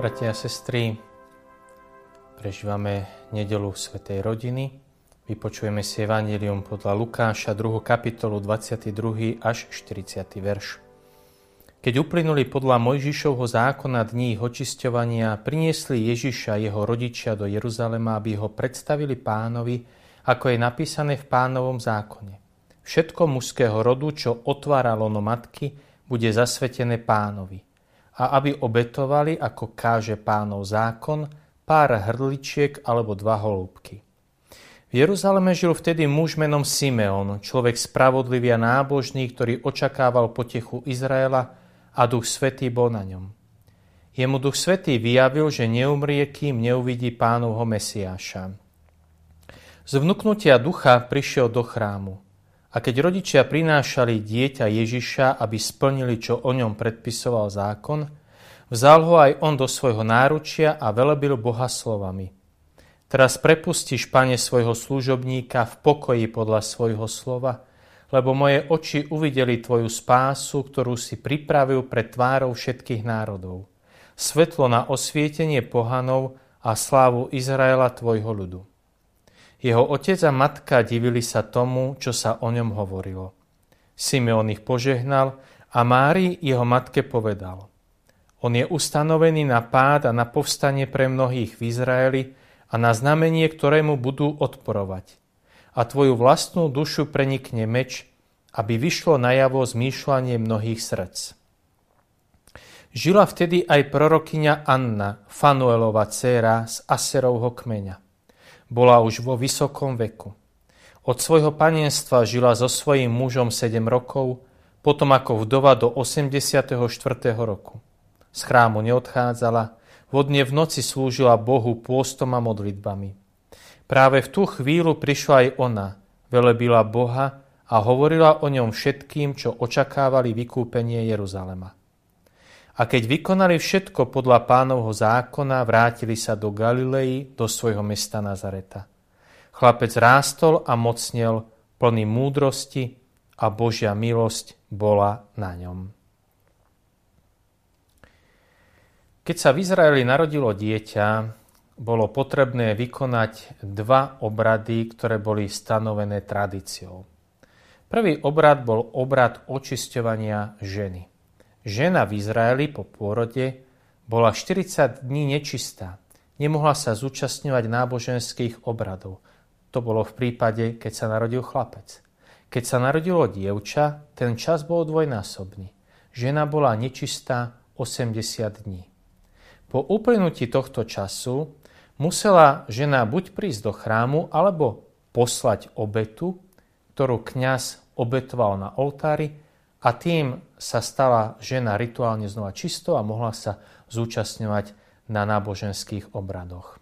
Bratia a sestry, prežívame nedeľu svätej rodiny. Vypočujeme si evanjelium podľa Lukáša, 2. kapitolu, 22. až 40. verš. Keď uplynuli podľa Mojžišovho zákona dní očisťovania, priniesli Ježiša jeho rodičia do Jeruzalema, aby ho predstavili Pánovi, ako je napísané v Pánovom zákone. Všetko mužského rodu, čo otvára lono matky, bude zasvetené Pánovi. A aby obetovali, ako káže Pánov zákon, pár hrdličiek alebo 2 holúbky. V Jeruzaleme žil vtedy muž menom Simeon, človek spravodlivý a nábožný, ktorý očakával potechu Izraela a Duch Svätý bol na ňom. Jemu Duch Svätý vyjavil, že neumrie, kým neuvidí Pánovho Mesiáša. Z vnuknutia ducha prišiel do chrámu. A keď rodičia prinášali dieťa Ježiša, aby splnili, čo o ňom predpisoval zákon, vzal ho aj on do svojho náručia a velebil Boha slovami. Teraz prepustíš, Pane, svojho služobníka v pokoji podľa svojho slova, lebo moje oči uvideli tvoju spásu, ktorú si pripravil pred tvárou všetkých národov. Svetlo na osvietenie pohanov a slávu Izraela tvojho ľudu. Jeho otec a matka divili sa tomu, čo sa o ňom hovorilo. Simeon ich požehnal a Márii, jeho matke, povedal: On je ustanovený na pád a na povstanie pre mnohých v Izraeli a na znamenie, ktorému budú odporovať. A tvoju vlastnú dušu prenikne meč, aby vyšlo najavo zmýšľanie mnohých srdc. Žila vtedy aj prorokyňa Anna, Fanuelova dcéra z Aserovho kmeňa. Bola už vo vysokom veku. Od svojho panenstva žila so svojím mužom 7 rokov, potom ako vdova do 84. roku. Z chrámu neodchádzala, vodne v noci slúžila Bohu pôstom a modlitbami. Práve v tú chvíľu prišla aj ona, velebila Boha a hovorila o ňom všetkým, čo očakávali vykúpenie Jeruzalema. A keď vykonali všetko podľa Pánovho zákona, vrátili sa do Galilei, do svojho mesta Nazareta. Chlapec rástol a mocnel, plný múdrosti a Božia milosť bola na ňom. Keď sa v Izraeli narodilo dieťa, bolo potrebné vykonať 2 obrady, ktoré boli stanovené tradíciou. Prvý obrad bol obrad očisťovania ženy. Žena v Izraeli po pôrode bola 40 dní nečistá. Nemohla sa zúčastňovať náboženských obradov. To bolo v prípade, keď sa narodil chlapec. Keď sa narodilo dievča, ten čas bol dvojnásobný. Žena bola nečistá 80 dní. Po uplynutí tohto času musela žena buď prísť do chrámu, alebo poslať obetu, ktorú kňaz obetoval na oltári, a tým sa stala žena rituálne znova čistou a mohla sa zúčastňovať na náboženských obradoch.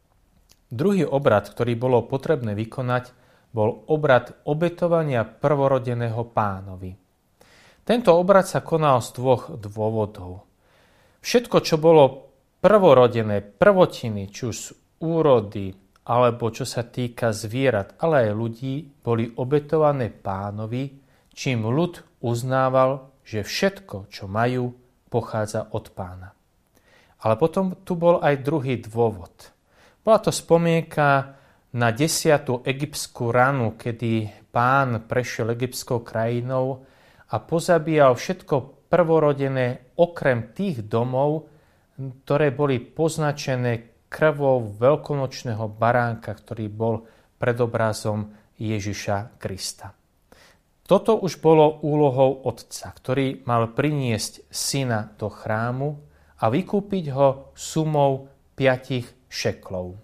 Druhý obrad, ktorý bolo potrebné vykonať, bol obrad obetovania prvorodeného Pánovi. Tento obrad sa konal z 2 dôvodov. Všetko, čo bolo prvorodené, prvotiny, či už z úrody, alebo čo sa týka zvierat, ale aj ľudí, boli obetované Pánovi, čím ľud uznával, že všetko, čo majú, pochádza od Pána. Ale potom tu bol aj druhý dôvod. Bola to spomienka na 10. egyptskú ranu, kedy Pán prešiel egyptskou krajinou a pozabíjal všetko prvorodené okrem tých domov, ktoré boli poznačené krvou veľkonočného baránka, ktorý bol predobrazom Ježiša Krista. Toto už bolo úlohou otca, ktorý mal priniesť syna do chrámu a vykúpiť ho sumou 5 šeklov.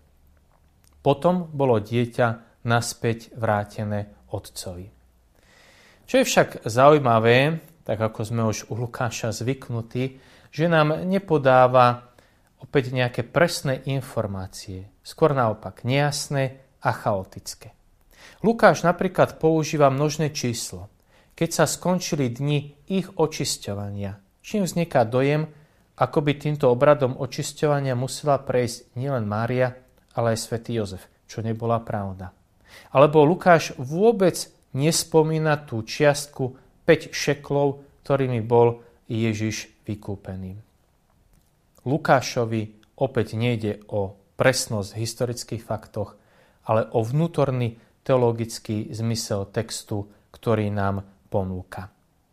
Potom bolo dieťa naspäť vrátené otcovi. Čo je však zaujímavé, tak ako sme už u Lukáša zvyknutí, že nám nepodáva opäť nejaké presné informácie, skôr naopak nejasné a chaotické. Lukáš napríklad používa množné číslo, keď sa skončili dni ich očisťovania, čím vzniká dojem, ako by týmto obradom očisťovania musela prejsť nielen Mária, ale aj svätý Jozef, čo nebola pravda. Alebo Lukáš vôbec nespomína tú čiastku 5 šeklov, ktorými bol Ježiš vykúpený. Lukášovi opäť nejde o presnosť v historických faktoch, ale o vnútorný teologický zmysel textu, ktorý nám ponúka.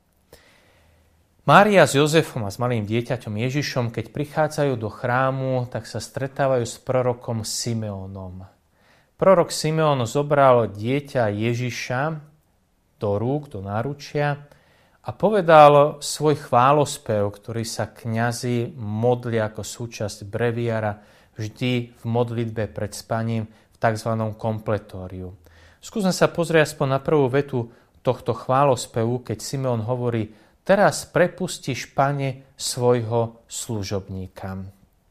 Mária s Jozefom a s malým dieťaťom Ježišom, keď prichádzajú do chrámu, tak sa stretávajú s prorokom Simeónom. Prorok Simeón zobral dieťa Ježiša do rúk, do náručia a povedal svoj chválospev, ktorý sa kňazi modlia ako súčasť breviára vždy v modlitbe pred spaním v tzv. Kompletóriu. Skúsme sa pozrieť aspoň na prvú vetu tohto chválospevu, keď Simeón hovorí: teraz prepustíš, Pane, svojho služobníka.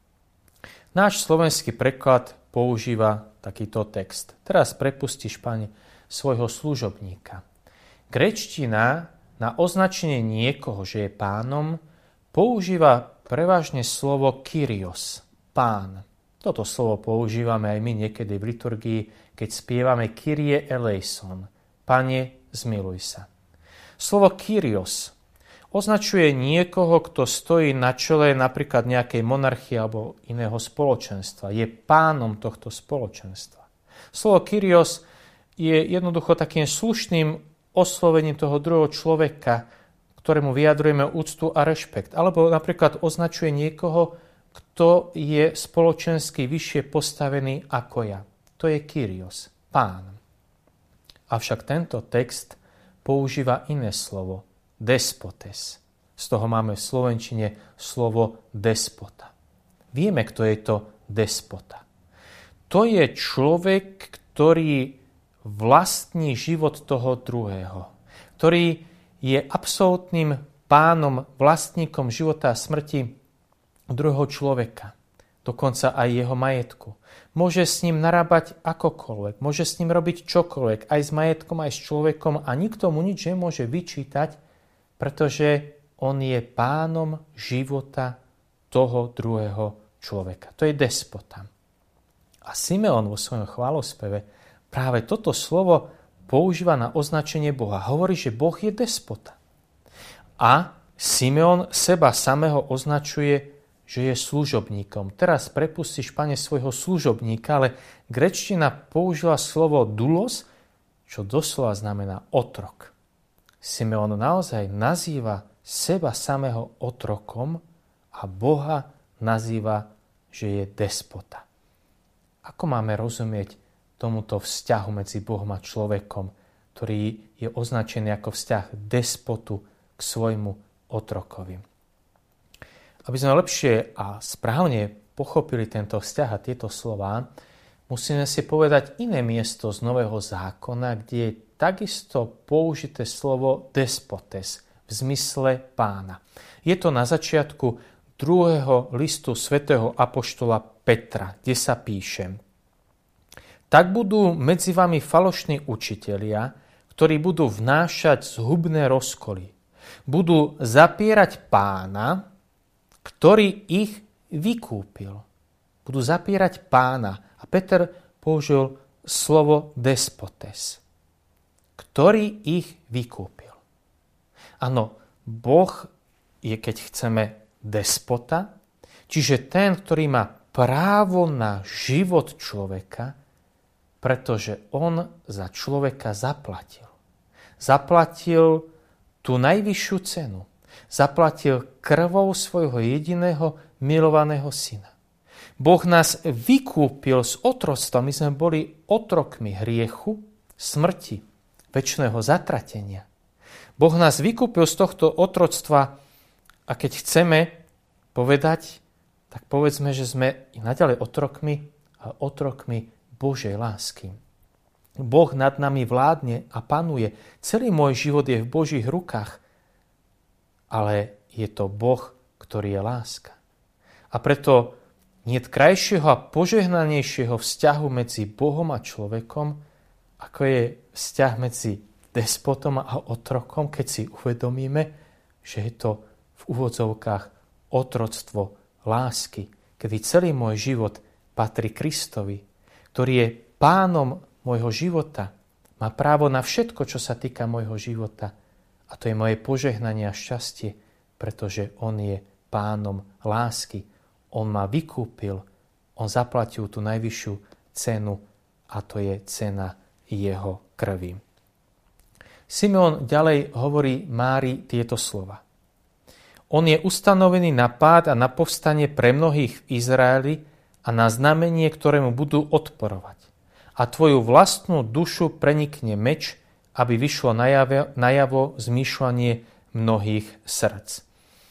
Náš slovenský preklad používa takýto text. Teraz prepustíš, Pane, svojho služobníka. Gréčtina na označenie niekoho, že je pánom, používa prevažne slovo Kyrios, pán. Toto slovo používame aj my niekedy v liturgii, keď spievame Kyrie eleison, Pane, zmiluj sa. Slovo Kyrios označuje niekoho, kto stojí na čele napríklad nejakej monarchie alebo iného spoločenstva. Je pánom tohto spoločenstva. Slovo Kyrios je jednoducho takým slušným oslovením toho druhého človeka, ktorému vyjadrujeme úctu a rešpekt. Alebo napríklad označuje niekoho, kto je spoločensky vyššie postavený ako ja. To je Kyrios, pán. Avšak tento text používa iné slovo, despotes. Z toho máme v slovenčine slovo despota. Vieme, kto je to despota. To je človek, ktorý vlastní život toho druhého, ktorý je absolútnym pánom, vlastníkom života a smrti druhého človeka, dokonca aj jeho majetku. Môže s ním narábať akokoľvek, môže s ním robiť čokoľvek, aj s majetkom, aj s človekom a nikto mu nič nemôže vyčítať, pretože on je pánom života toho druhého človeka. To je despota. A Simeón vo svojom chválospeve práve toto slovo používa na označenie Boha. Hovorí, že Boh je despota. A Simeón seba samého označuje, že je služobníkom. Teraz prepustíš, Pane, svojho služobníka, ale gréčtina použila slovo doulos, čo doslova znamená otrok. Simeón naozaj nazýva seba samého otrokom a Boha nazýva, že je despota. Ako máme rozumieť tomuto vzťahu medzi Bohom a človekom, ktorý je označený ako vzťah despotu k svojmu otrokovi? Aby sme lepšie a správne pochopili tento vzťah a tieto slová, musíme si povedať iné miesto z Nového zákona, kde je takisto použité slovo despotes v zmysle pána. Je to na začiatku 2. listu svätého apoštola Petra, kde sa píše: tak budú medzi vami falošní učitelia, ktorí budú vnášať zhubné rozkoly. Budú zapierať pána, ktorý ich vykúpil. Budú zapierať pána. A Peter použil slovo despotes, ktorý ich vykúpil. Áno, Boh je, keď chceme, despota, čiže ten, ktorý má právo na život človeka, pretože on za človeka zaplatil. Zaplatil tú najvyššiu cenu. Zaplatil krvou svojho jediného milovaného syna. Boh nás vykúpil z otroctva. My sme boli otrokmi hriechu, smrti, večného zatratenia. Boh nás vykúpil z tohto otroctva a keď chceme povedať, tak povedzme, že sme i naďalej otrokmi, ale otrokmi Božej lásky. Boh nad nami vládne a panuje. Celý môj život je v Božích rukách, ale je to Boh, ktorý je láska. A preto nie je krajšieho a požehnanejšieho vzťahu medzi Bohom a človekom, ako je vzťah medzi despotom a otrokom, keď si uvedomíme, že je to v úvodzovkách otroctvo lásky, kedy celý môj život patrí Kristovi, ktorý je pánom môjho života, má právo na všetko, čo sa týka môjho života. A to je moje požehnanie a šťastie, pretože on je pánom lásky. On ma vykúpil, on zaplatil tú najvyššiu cenu a to je cena jeho krvi. Simeon ďalej hovorí Márii tieto slova. On je ustanovený na pád a na povstanie pre mnohých v Izraeli a na znamenie, ktorému budú odporovať. A tvoju vlastnú dušu prenikne meč, aby vyšlo najavo zmýšľanie mnohých srdc.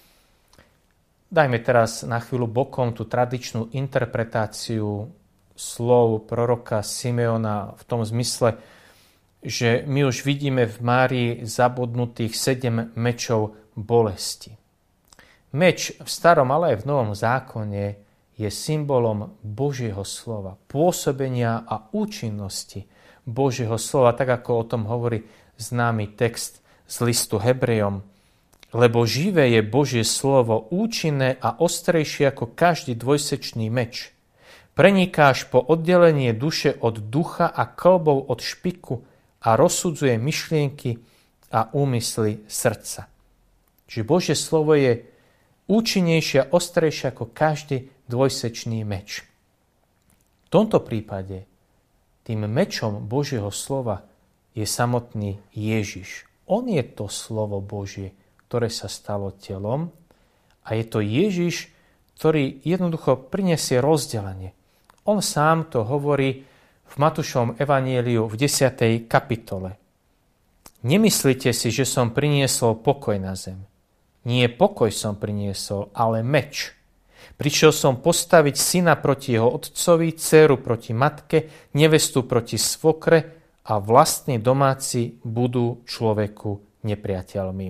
Dajme teraz na chvíľu bokom tú tradičnú interpretáciu slov proroka Simeona v tom zmysle, že my už vidíme v Márii zabudnutých 7 mečov bolesti. Meč v starom, ale aj v novom zákone je symbolom Božieho slova, pôsobenia a účinnosti Božieho slova, tak ako o tom hovorí známy text z listu Hebrejom. Lebo živé je Božie slovo, účinné a ostrejšie ako každý dvojsečný meč. Preniká až po oddelenie duše od ducha a kĺbov od špiku a rozsudzuje myšlienky a úmysly srdca. Čiže Božie slovo je účinnejšie a ostrejšie ako každý dvojsečný meč. V tomto prípade tým mečom Božieho slova je samotný Ježiš. On je to slovo Božie, ktoré sa stalo telom a je to Ježiš, ktorý jednoducho prinesie rozdelenie. On sám to hovorí v Matúšovom evanjeliu v 10. kapitole. Nemyslite si, že som priniesol pokoj na zem. Nie pokoj som priniesol, ale meč. Prišiel som postaviť syna proti jeho otcovi, dcéru proti matke, nevestu proti svokre a vlastní domáci budú človeku nepriateľmi.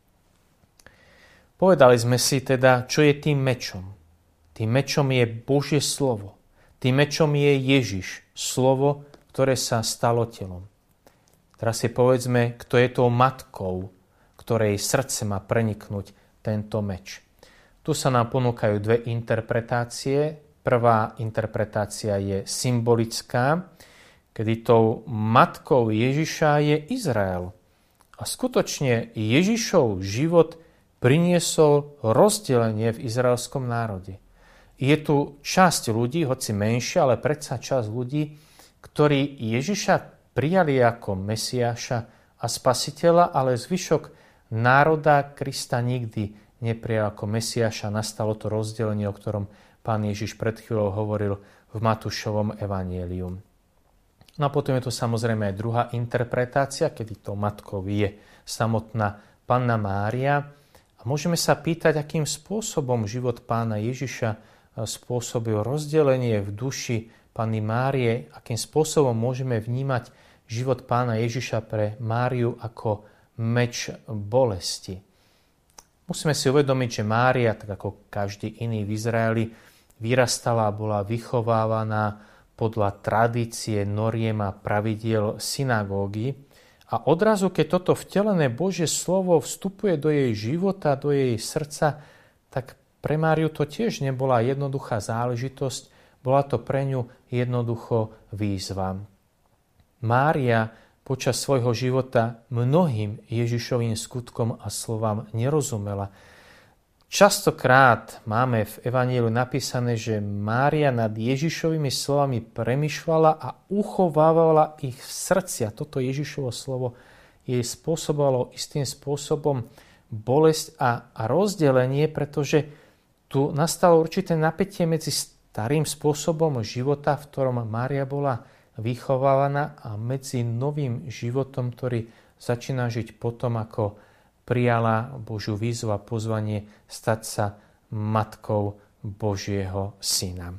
Povedali sme si teda, čo je tým mečom. Tým mečom je Božie slovo. Tým mečom je Ježiš, slovo, ktoré sa stalo telom. Teraz si povedzme, kto je tou matkou, ktorej srdce má preniknúť tento meč. Tu sa nám ponúkajú dve interpretácie. Prvá interpretácia je symbolická, kedy tou matkou Ježiša je Izrael. A skutočne Ježišov život priniesol rozdelenie v izraelskom národe. Je tu časť ľudí, hoci menšia, ale predsa časť ľudí, ktorí Ježiša prijali ako Mesiáša a Spasiteľa, ale zvyšok národa Krista nikdy neprijal ako Mesiáša. Nastalo to rozdelenie, o ktorom Pán Ježiš pred chvíľou hovoril v Matúšovom evanjeliu. No a potom je to samozrejme aj druhá interpretácia, kedy tou matkou je samotná Panna Mária. A môžeme sa pýtať, akým spôsobom život Pána Ježiša spôsobil rozdelenie v duši Panny Márie, akým spôsobom môžeme vnímať život Pána Ježiša pre Máriu ako meč bolesti. Musíme si uvedomiť, že Mária, tak ako každý iný v Izraeli, vyrastala a bola vychovávaná podľa tradície, noriem a pravidiel synagógy. A odrazu, keď toto vtelené Božie slovo vstupuje do jej života, do jej srdca, tak pre Máriu to tiež nebola jednoduchá záležitosť, bola to pre ňu jednoducho výzva. Mária počas svojho života mnohým Ježišovým skutkom a slovám nerozumela. Častokrát máme v evanjeliu napísané, že Mária nad Ježišovými slovami premýšľala a uchovávala ich v srdci. A toto Ježišovo slovo jej spôsobovalo istým spôsobom bolesť a rozdelenie, pretože tu nastalo určité napätie medzi starým spôsobom života, v ktorom Mária bola vychovávaná, a medzi novým životom, ktorý začína žiť potom, ako prijala Božiu výzvu a pozvanie stať sa matkou Božieho syna.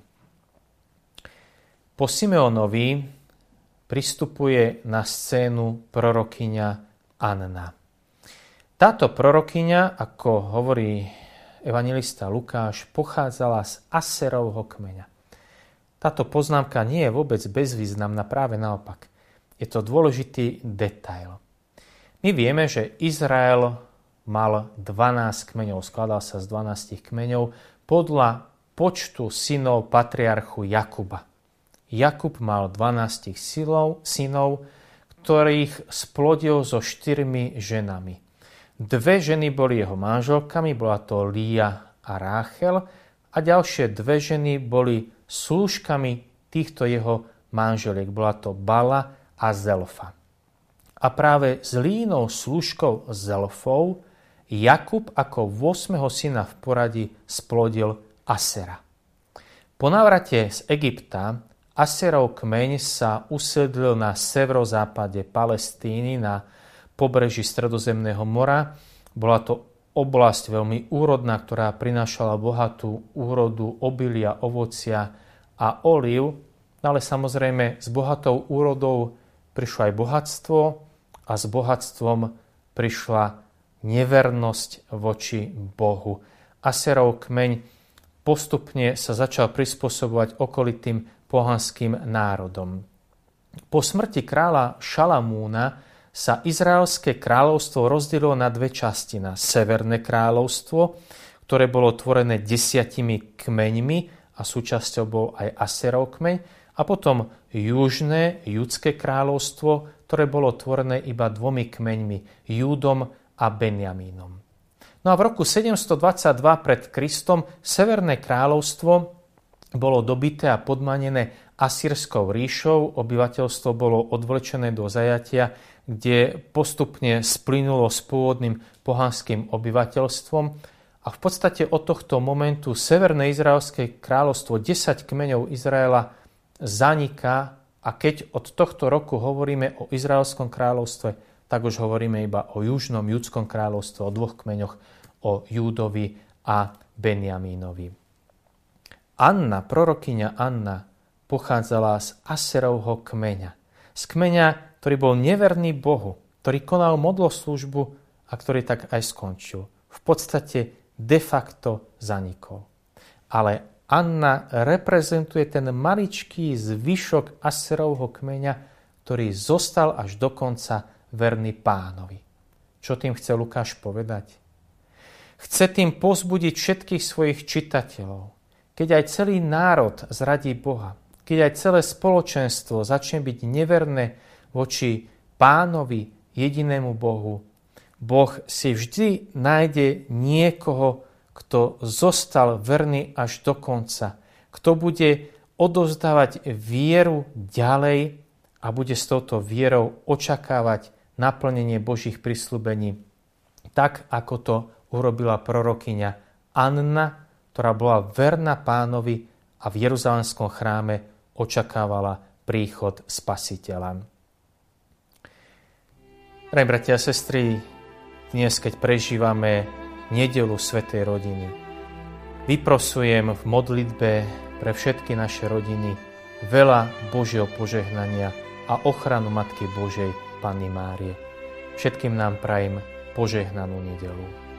Po Simeonovi pristupuje na scénu prorokyňa Anna. Táto prorokyňa, ako hovorí evanjelista Lukáš, pochádzala z Aserovho kmeňa. Táto poznámka nie je vôbec bezvýznamná, práve naopak. Je to dôležitý detail. My vieme, že Izrael mal 12 kmeňov, skladal sa z 12 kmeňov podľa počtu synov patriarchu Jakuba. Jakub mal 12 synov, ktorých splodil so 4 ženami. 2 ženy boli jeho manželkami, bola to Lía a Ráchel, a ďalšie dve ženy boli slúžkami týchto jeho manželiek. Bola to Bala a Zelfa. A práve s línou slúžkou Zelfou Jakub ako 8. syna v poradí splodil Asera. Po návrate z Egypta Aserov kmeň sa usiedlil na severozápade Palestíny na pobreží Stredozemného mora. Bola to oblasť veľmi úrodná, ktorá prinášala bohatú úrodu obilia, ovocia a olív, ale samozrejme s bohatou úrodou prišlo aj bohatstvo a s bohatstvom prišla nevernosť voči Bohu. Aserov kmeň postupne sa začal prispôsobovať okolitým pohanským národom. Po smrti kráľa Šalamúna sa Izraelské kráľovstvo rozdelilo na dve časti. Na Severné kráľovstvo, ktoré bolo tvorené 10 kmeňmi a súčasťou bol aj Aserov kmeň, a potom Južné Judské kráľovstvo, ktoré bolo tvorené iba 2 kmeňmi, Júdom a Benjamínom. No a v roku 722 pred Kristom Severné kráľovstvo bolo dobité a podmanené Asýrskou ríšou, obyvateľstvo bolo odvlečené do zajatia, kde postupne splynulo s pôvodným pohanským obyvateľstvom a v podstate od tohto momentu Severné izraelské kráľovstvo, 10 kmeňov Izraela zaniká a keď od tohto roku hovoríme o Izraelskom kráľovstve, tak už hovoríme iba o Južnom Judskom kráľovstve, o 2 kmeňoch, o Júdovi a Benjamínovi. Anna, prorokyňa Anna, pochádzala z Aserovho kmeňa. Z kmeňa, ktorý bol neverný Bohu, ktorý konal modloslúžbu a ktorý tak aj skončil. V podstate de facto zanikol. Ale Anna reprezentuje ten maličký zvyšok Aserovho kmeňa, ktorý zostal až do konca verný Pánovi. Čo tým chce Lukáš povedať? Chce tým povzbudiť všetkých svojich čitateľov. Keď aj celý národ zradí Boha, keď aj celé spoločenstvo začne byť neverné voči Pánovi, jedinému Bohu, Boh si vždy nájde niekoho, kto zostal verný až do konca, kto bude odovzdávať vieru ďalej a bude s touto vierou očakávať naplnenie Božích prisľúbení, tak ako to urobila prorokyňa Anna, ktorá bola verná Pánovi a v Jeruzalemskom chráme očakávala príchod Spasiteľa. Drahí bratia a sestry, dnes, keď prežívame nedeľu Svätej rodiny, vyprosujem v modlitbe pre všetky naše rodiny veľa Božieho požehnania a ochranu Matky Božej Panny Márie. Všetkým nám prajem požehnanú nedeľu.